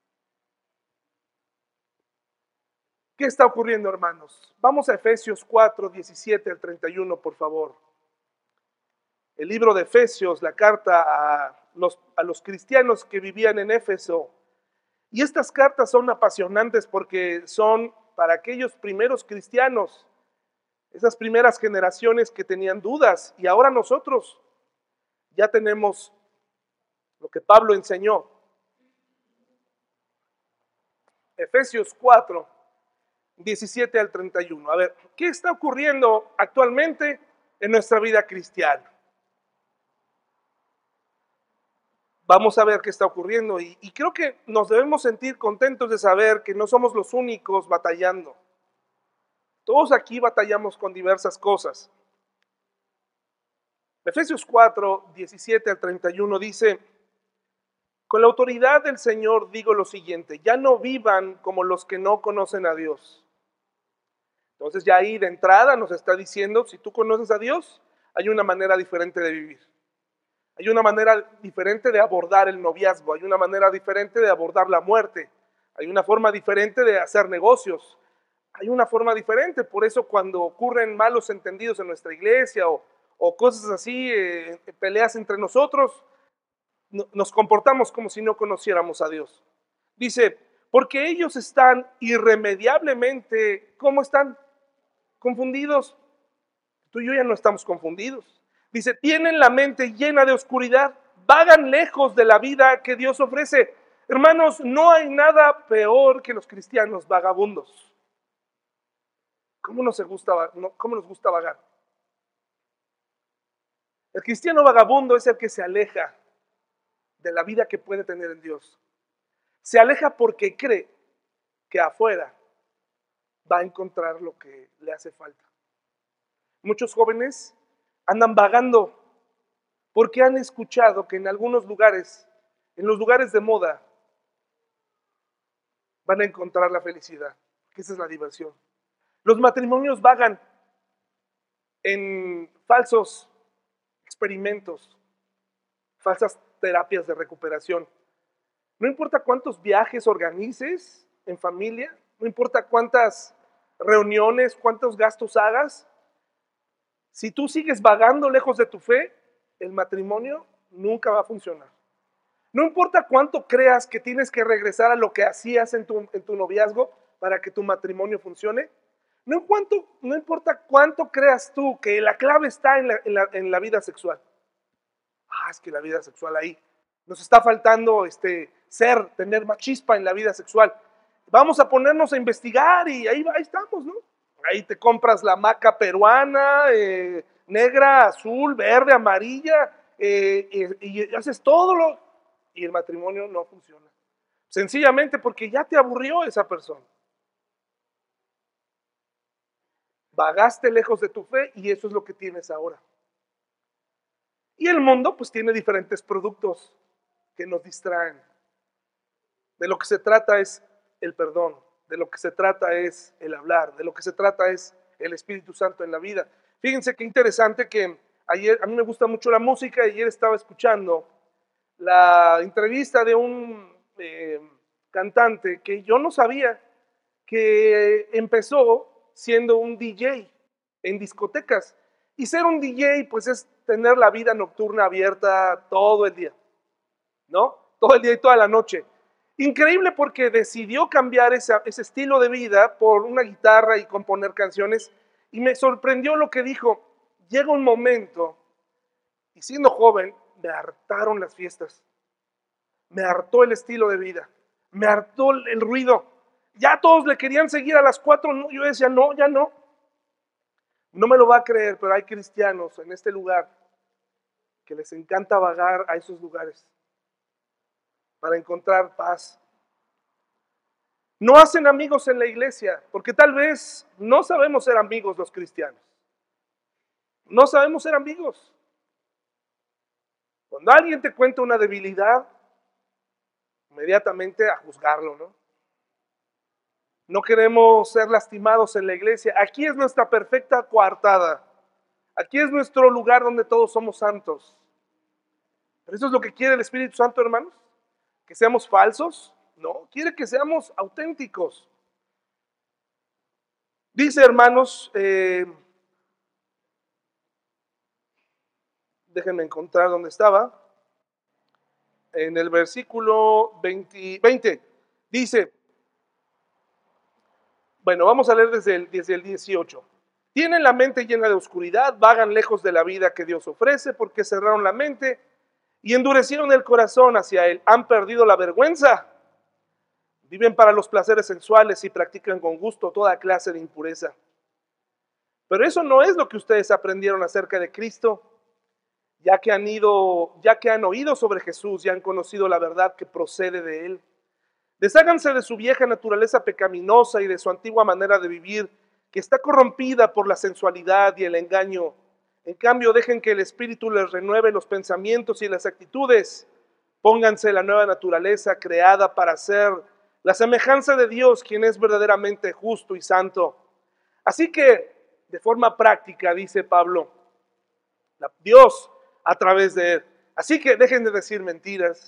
¿Qué está ocurriendo, hermanos? Vamos a Efesios 4, 17 al 31, por favor. El libro de Efesios, la carta a los cristianos que vivían en Éfeso. Y estas cartas son apasionantes porque son para aquellos primeros cristianos, esas primeras generaciones que tenían dudas, y ahora nosotros ya tenemos lo que Pablo enseñó. Efesios 4, 17 al 31. A ver, ¿qué está ocurriendo actualmente en nuestra vida cristiana? Vamos a ver qué está ocurriendo y creo que nos debemos sentir contentos de saber que no somos los únicos batallando. Todos aquí batallamos con diversas cosas. Efesios 4, 17 al 31 dice: con la autoridad del Señor digo lo siguiente, ya no vivan como los que no conocen a Dios. Entonces ya ahí de entrada nos está diciendo, si tú conoces a Dios, hay una manera diferente de vivir. Hay una manera diferente de abordar el noviazgo, hay una manera diferente de abordar la muerte, hay una forma diferente de hacer negocios, hay una forma diferente. Por eso cuando ocurren malos entendidos en nuestra iglesia o cosas así, peleas entre nosotros, nos comportamos como si no conociéramos a Dios. Dice, porque ellos están irremediablemente, ¿cómo están? Confundidos. Tú y yo ya no estamos confundidos. Dice, tienen la mente llena de oscuridad, vagan lejos de la vida que Dios ofrece. Hermanos, no hay nada peor que los cristianos vagabundos. ¿Cómo nos gusta vagar? El cristiano vagabundo es el que se aleja de la vida que puede tener en Dios. Se aleja porque cree que afuera va a encontrar lo que le hace falta. Muchos jóvenes andan vagando porque han escuchado que en algunos lugares, en los lugares de moda, van a encontrar la felicidad, que esa es la diversión. Los matrimonios vagan en falsos experimentos, falsas terapias de recuperación. No importa cuántos viajes organices en familia, no importa cuántas reuniones, cuántos gastos hagas, si tú sigues vagando lejos de tu fe, el matrimonio nunca va a funcionar. No importa cuánto creas que tienes que regresar a lo que hacías en tu noviazgo para que tu matrimonio funcione. No importa cuánto creas tú que la clave está en la vida sexual. Es que la vida sexual ahí. Nos está faltando tener más chispa en la vida sexual. Vamos a ponernos a investigar y ahí estamos, ¿no? Ahí te compras la maca peruana, negra, azul, verde, amarilla, y haces y el matrimonio no funciona. Sencillamente porque ya te aburrió esa persona. Vagaste lejos de tu fe y eso es lo que tienes ahora. Y el mundo pues tiene diferentes productos que nos distraen. De lo que se trata es el perdón, de lo que se trata es el hablar, de lo que se trata es el Espíritu Santo en la vida. Fíjense qué interesante que ayer, a mí me gusta mucho la música, y ayer estaba escuchando la entrevista de un cantante que yo no sabía que empezó siendo un DJ en discotecas. Y ser un DJ pues es tener la vida nocturna abierta todo el día, ¿no? Todo el día y toda la noche. Increíble porque decidió cambiar ese estilo de vida por una guitarra y componer canciones, y me sorprendió lo que dijo. Llega un momento, y siendo joven, me hartaron las fiestas, me hartó el estilo de vida, me hartó el ruido. Ya todos le querían seguir a las 4, no, yo decía, no, ya no. No me lo va a creer, pero hay cristianos en este lugar que les encanta vagar a esos lugares para encontrar paz. No hacen amigos en la iglesia, porque tal vez no sabemos ser amigos los cristianos. No sabemos ser amigos. Cuando alguien te cuenta una debilidad, inmediatamente a juzgarlo, ¿no? No queremos ser lastimados en la iglesia. Aquí es nuestra perfecta coartada. Aquí es nuestro lugar donde todos somos santos. Pero eso es lo que quiere el Espíritu Santo, hermanos. ¿Que seamos falsos? No, quiere que seamos auténticos. Dice, hermanos, déjenme encontrar dónde estaba. En el versículo 20 dice, bueno, vamos a leer desde el 18. Tienen la mente llena de oscuridad, vagan lejos de la vida que Dios ofrece, porque cerraron la mente y endurecieron el corazón hacia Él. Han perdido la vergüenza. Viven para los placeres sensuales y practican con gusto toda clase de impureza. Pero eso no es lo que ustedes aprendieron acerca de Cristo, ya que han oído sobre Jesús y han conocido la verdad que procede de Él. Desháganse de su vieja naturaleza pecaminosa y de su antigua manera de vivir, que está corrompida por la sensualidad y el engaño. En cambio, dejen que el Espíritu les renueve los pensamientos y las actitudes. Pónganse la nueva naturaleza creada para ser la semejanza de Dios, quien es verdaderamente justo y santo. Así que, de forma práctica, dice Pablo, Dios a través de Él. Así que dejen de decir mentiras.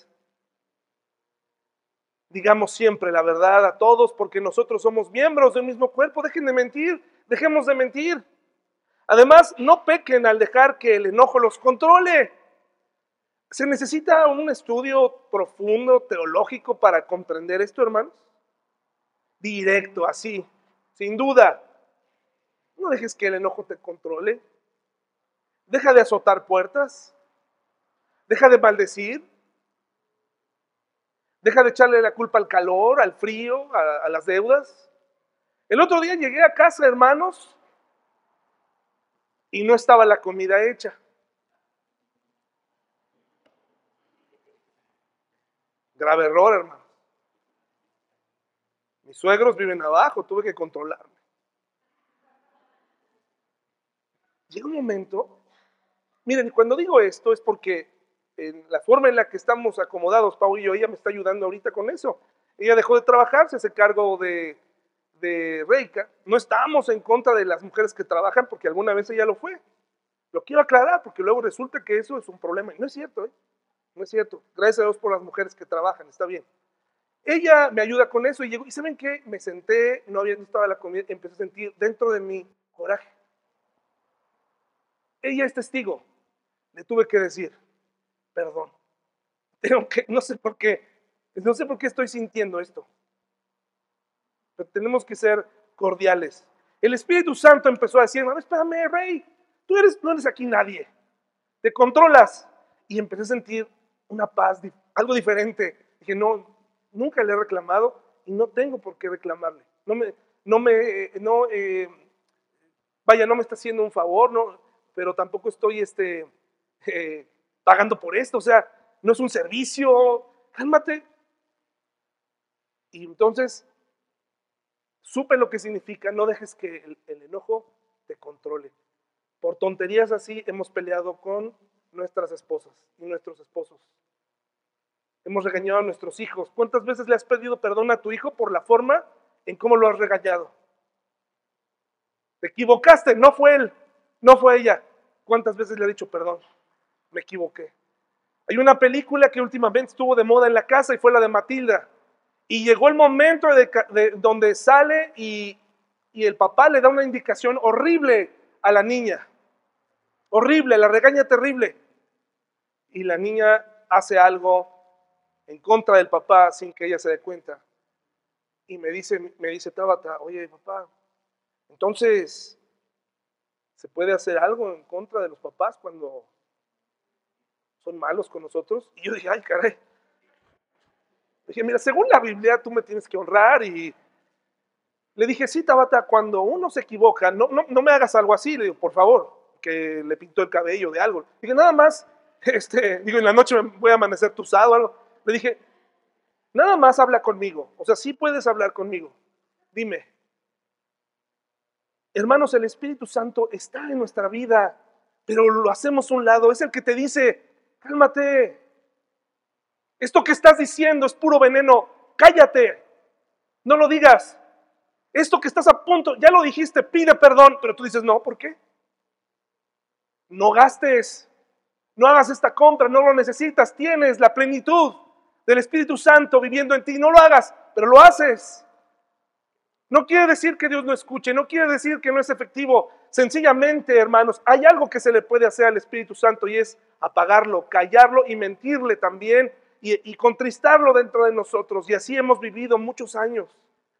Digamos siempre la verdad a todos, porque nosotros somos miembros del mismo cuerpo. Dejen de mentir, dejemos de mentir. Además, no pequen al dejar que el enojo los controle. ¿Se necesita un estudio profundo, teológico, para comprender esto, hermanos? Directo, así, sin duda. No dejes que el enojo te controle. Deja de azotar puertas. Deja de maldecir. Deja de echarle la culpa al calor, al frío, a las deudas. El otro día llegué a casa, hermanos, y no estaba la comida hecha. Grave error, hermano. Mis suegros viven abajo, tuve que controlarme. Llega un momento, miren, cuando digo esto es porque en la forma en la que estamos acomodados, Pau y yo, ella me está ayudando ahorita con eso. Ella dejó de trabajar, se hace cargo de Reika. No estamos en contra de las mujeres que trabajan, porque alguna vez ella lo fue. Lo quiero aclarar, porque luego resulta que eso es un problema. Y no es cierto, ¿eh? No es cierto. Gracias a Dios por las mujeres que trabajan, está bien. Ella me ayuda con eso y llegó, y ¿saben qué? Me senté, no estaba la comida, empecé a sentir dentro de mí coraje. Ella es testigo. Le tuve que decir, perdón. No sé por qué estoy sintiendo esto. Pero tenemos que ser cordiales. El Espíritu Santo empezó a decir, espérame, Rey, no eres aquí nadie. Te controlas. Y empecé a sentir una paz, algo diferente. Dije, no, nunca le he reclamado y no tengo por qué reclamarle. No me está haciendo un favor, no, pero tampoco estoy pagando por esto. O sea, no es un servicio. Cálmate. Y entonces supe lo que significa, no dejes que el enojo te controle. Por tonterías así hemos peleado con nuestras esposas y nuestros esposos. Hemos regañado a nuestros hijos. ¿Cuántas veces le has pedido perdón a tu hijo por la forma en cómo lo has regañado? Te equivocaste, no fue él, no fue ella. ¿Cuántas veces le ha dicho perdón? Me equivoqué. Hay una película que últimamente estuvo de moda en la casa y fue la de Matilda. Y llegó el momento de donde sale y el papá le da una indicación horrible a la niña. Horrible, la regaña terrible. Y la niña hace algo en contra del papá sin que ella se dé cuenta. Y me dice Tabata, oye papá, entonces, ¿se puede hacer algo en contra de los papás cuando son malos con nosotros? Y yo dije, ay caray. Dije, mira, según la Biblia tú me tienes que honrar. Y le dije, sí Tabata, cuando uno se equivoca, no me hagas algo así. Le digo, por favor, que le pintó el cabello de algo. Dije, nada más, en la noche me voy a amanecer tusado o algo. Le dije, nada más habla conmigo. O sea, sí puedes hablar conmigo. Dime. Hermanos, el Espíritu Santo está en nuestra vida, pero lo hacemos a un lado. Es el que te dice, cálmate. Esto que estás diciendo es puro veneno. Cállate. No lo digas. Esto que estás a punto, ya lo dijiste, pide perdón. Pero tú dices, no, ¿por qué? No gastes. No hagas esta compra, no lo necesitas. Tienes la plenitud del Espíritu Santo viviendo en ti. No lo hagas, pero lo haces. No quiere decir que Dios no escuche, no quiere decir que no es efectivo. Sencillamente, hermanos, hay algo que se le puede hacer al Espíritu Santo y es apagarlo, callarlo y mentirle también y contristarlo dentro de nosotros. Y así hemos vivido muchos años.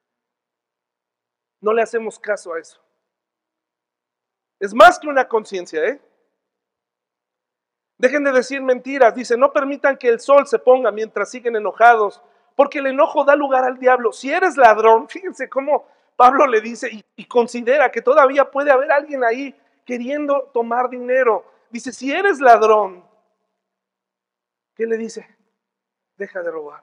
No le hacemos caso a eso. Es más que una conciencia, ¿eh? Dejen de decir mentiras. Dice, no permitan que el sol se ponga mientras siguen enojados, porque el enojo da lugar al diablo. Si eres ladrón, fíjense cómo Pablo le dice y considera que todavía puede haber alguien ahí queriendo tomar dinero. Dice, si eres ladrón, ¿qué le dice? Deja de robar.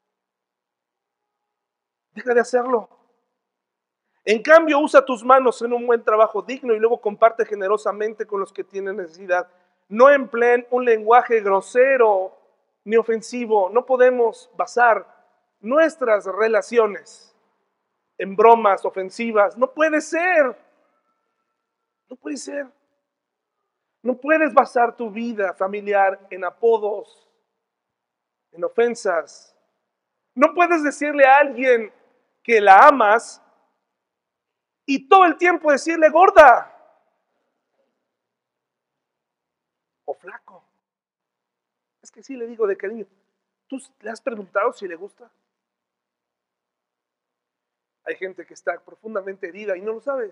Deja de hacerlo. En cambio, usa tus manos en un buen trabajo digno y luego comparte generosamente con los que tienen necesidad. No empleen un lenguaje grosero ni ofensivo. No podemos basar nuestras relaciones en bromas ofensivas. No puede ser. No puede ser. No puedes basar tu vida familiar en apodos, en ofensas. No puedes decirle a alguien que la amas y todo el tiempo decirle gorda o flaco. Es que sí le digo de cariño. ¿Tú le has preguntado si le gusta? Hay gente que está profundamente herida y no lo sabes.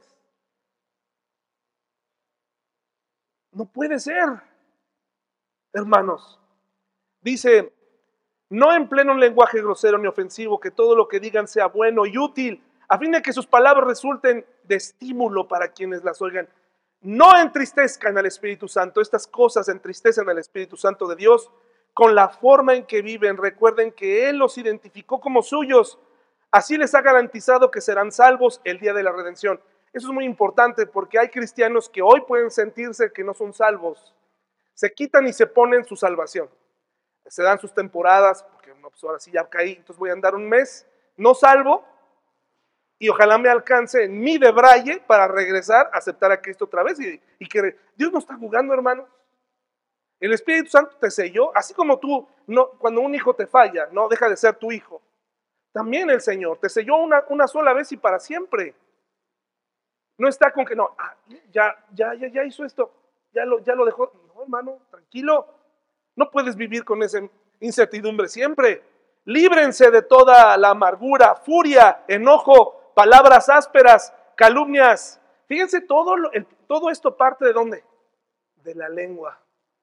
No puede ser, hermanos. Dice, no empleen un lenguaje grosero ni ofensivo, que todo lo que digan sea bueno y útil, a fin de que sus palabras resulten de estímulo para quienes las oigan. No entristezcan al Espíritu Santo. Estas cosas entristecen al Espíritu Santo de Dios con la forma en que viven. Recuerden que Él los identificó como suyos. Así les ha garantizado que serán salvos el día de la redención. Eso es muy importante porque hay cristianos que hoy pueden sentirse que no son salvos. Se quitan y se ponen su salvación. Se dan sus temporadas, porque no, pues ahora sí ya caí, entonces voy a andar un mes no salvo y ojalá me alcance en mi debraye para regresar a aceptar a Cristo otra vez y que Dios no está jugando, hermanos. El Espíritu Santo te selló, así como tú, no, cuando un hijo te falla, no deja de ser tu hijo. También el Señor te selló una sola vez y para siempre. No está con que no, ya hizo esto, ya lo dejó. No, hermano, tranquilo. No puedes vivir con esa incertidumbre siempre. Líbrense de toda la amargura, furia, enojo, palabras ásperas, calumnias. Fíjense, todo esto parte ¿de dónde? De la lengua.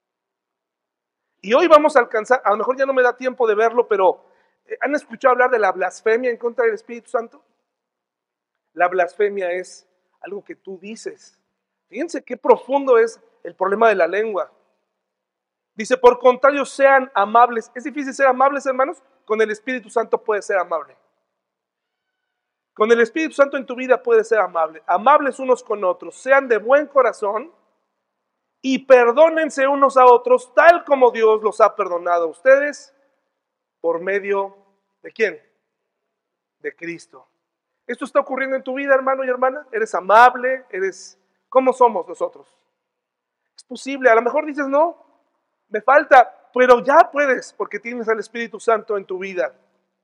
Y hoy vamos a alcanzar, a lo mejor ya no me da tiempo de verlo, pero ¿han escuchado hablar de la blasfemia en contra del Espíritu Santo? La blasfemia es algo que tú dices. Fíjense qué profundo es el problema de la lengua. Dice, por contrario, sean amables. ¿Es difícil ser amables, hermanos? Con el Espíritu Santo puedes ser amable. Con el Espíritu Santo en tu vida puedes ser amable. Amables unos con otros. Sean de buen corazón y perdónense unos a otros, tal como Dios los ha perdonado a ustedes por medio ¿de quién? De Cristo. ¿Esto está ocurriendo en tu vida, hermano y hermana? ¿Eres amable? ¿Cómo somos nosotros? Es posible. A lo mejor dices, no, me falta, pero ya puedes porque tienes al Espíritu Santo en tu vida.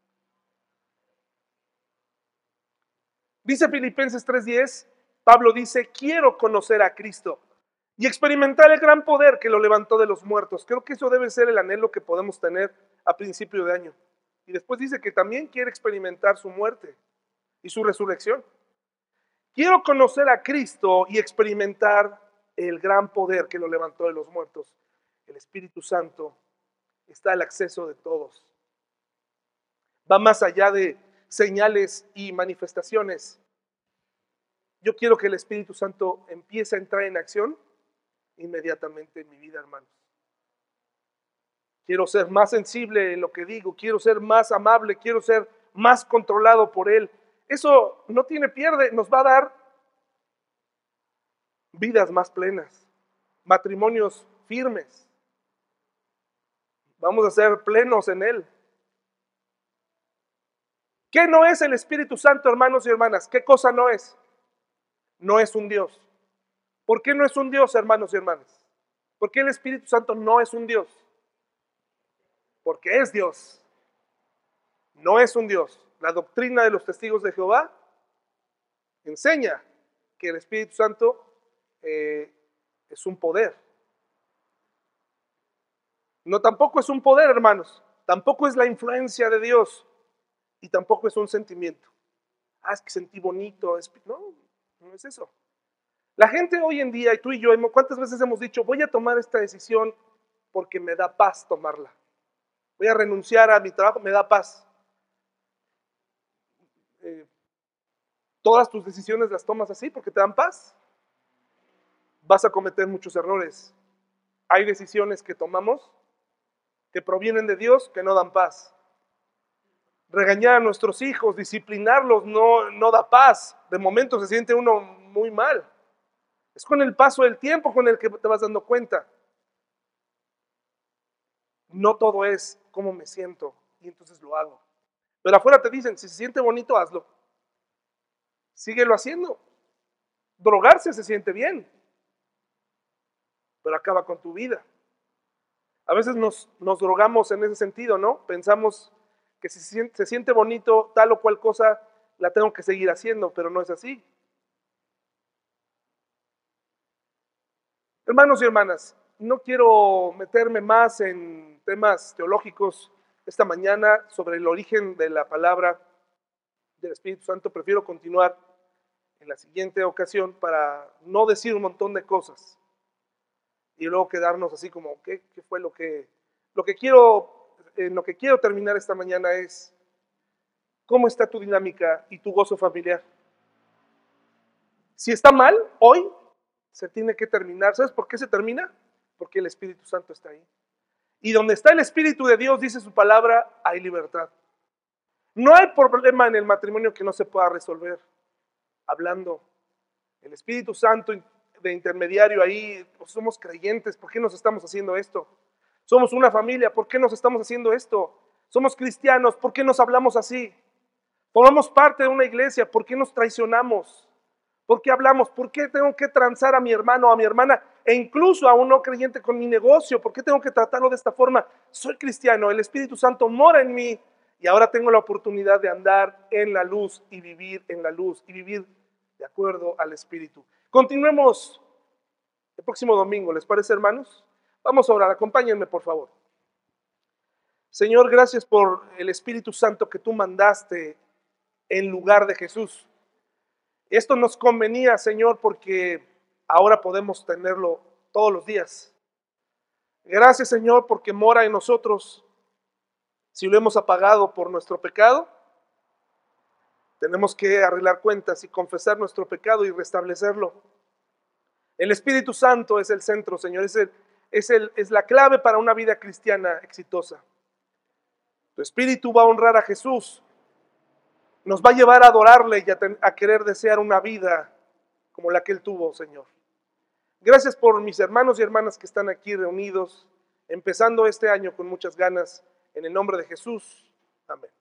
Dice Filipenses 3:10, Pablo dice, quiero conocer a Cristo y experimentar el gran poder que lo levantó de los muertos. Creo que eso debe ser el anhelo que podemos tener a principio de año. Y después dice que también quiere experimentar su muerte y su resurrección. Quiero conocer a Cristo y experimentar el gran poder que lo levantó de los muertos. El Espíritu Santo está al acceso de todos. Va más allá de señales y manifestaciones. Yo quiero que el Espíritu Santo empiece a entrar en acción inmediatamente en mi vida, hermanos. Quiero ser más sensible en lo que digo, quiero ser más amable, quiero ser más controlado por Él. Eso no tiene pierde, nos va a dar vidas más plenas, matrimonios firmes. Vamos a ser plenos en Él. ¿Qué no es el Espíritu Santo, hermanos y hermanas? ¿Qué cosa no es? No es un Dios. ¿Por qué no es un Dios, hermanos y hermanas? ¿Por qué el Espíritu Santo no es un Dios? Porque es Dios. No es un Dios. La doctrina de los testigos de Jehová enseña que el Espíritu Santo es un poder. No, tampoco es un poder, hermanos. Tampoco es la influencia de Dios. Y tampoco es un sentimiento. Es que sentí bonito. No, no es eso. La gente hoy en día, y tú y yo, ¿cuántas veces hemos dicho, voy a tomar esta decisión porque me da paz tomarla? Voy a renunciar a mi trabajo, me da paz. Todas tus decisiones las tomas así porque te dan paz. Vas a cometer muchos errores. Hay decisiones que tomamos que provienen de Dios que no dan paz. Regañar a nuestros hijos, disciplinarlos no da paz. De momento se siente uno muy mal. Es con el paso del tiempo con el que te vas dando cuenta. No todo es cómo me siento y entonces lo hago. Pero afuera te dicen, si se siente bonito, hazlo. Síguelo haciendo. Drogarse se siente bien, pero acaba con tu vida. A veces nos drogamos en ese sentido, ¿no? Pensamos que si se siente bonito tal o cual cosa, la tengo que seguir haciendo, pero no es así. Hermanos y hermanas, no quiero meterme más en temas teológicos esta mañana sobre el origen de la palabra del Espíritu Santo. Prefiero continuar en la siguiente ocasión para no decir un montón de cosas y luego quedarnos así como, ¿qué fue lo que quiero terminar esta mañana es cómo está tu dinámica y tu gozo familiar? Si está mal, hoy se tiene que terminar. ¿Sabes por qué se termina? Porque el Espíritu Santo está ahí. Y donde está el Espíritu de Dios, dice su palabra, hay libertad. No hay problema en el matrimonio que no se pueda resolver hablando. El Espíritu Santo de intermediario ahí, pues somos creyentes, ¿por qué nos estamos haciendo esto? Somos una familia, ¿por qué nos estamos haciendo esto? Somos cristianos, ¿por qué nos hablamos así? Formamos parte de una iglesia, ¿por qué nos traicionamos? ¿Por qué hablamos? ¿Por qué tengo que transar a mi hermano o a mi hermana? E incluso a un no creyente con mi negocio. ¿Por qué tengo que tratarlo de esta forma? Soy cristiano, el Espíritu Santo mora en mí y ahora tengo la oportunidad de andar en la luz y vivir en la luz y vivir de acuerdo al Espíritu. Continuemos el próximo domingo, ¿les parece, hermanos? Vamos a orar, acompáñenme por favor. Señor, gracias por el Espíritu Santo que tú mandaste en lugar de Jesús. Esto nos convenía, Señor, porque ahora podemos tenerlo todos los días. Gracias, Señor, porque mora en nosotros. Si lo hemos apagado por nuestro pecado, tenemos que arreglar cuentas y confesar nuestro pecado y restablecerlo. El Espíritu Santo es el centro, Señor, es la clave para una vida cristiana exitosa. Tu Espíritu va a honrar a Jesús, nos va a llevar a adorarle y a querer desear una vida como la que Él tuvo, Señor. Gracias por mis hermanos y hermanas que están aquí reunidos, empezando este año con muchas ganas, en el nombre de Jesús. Amén.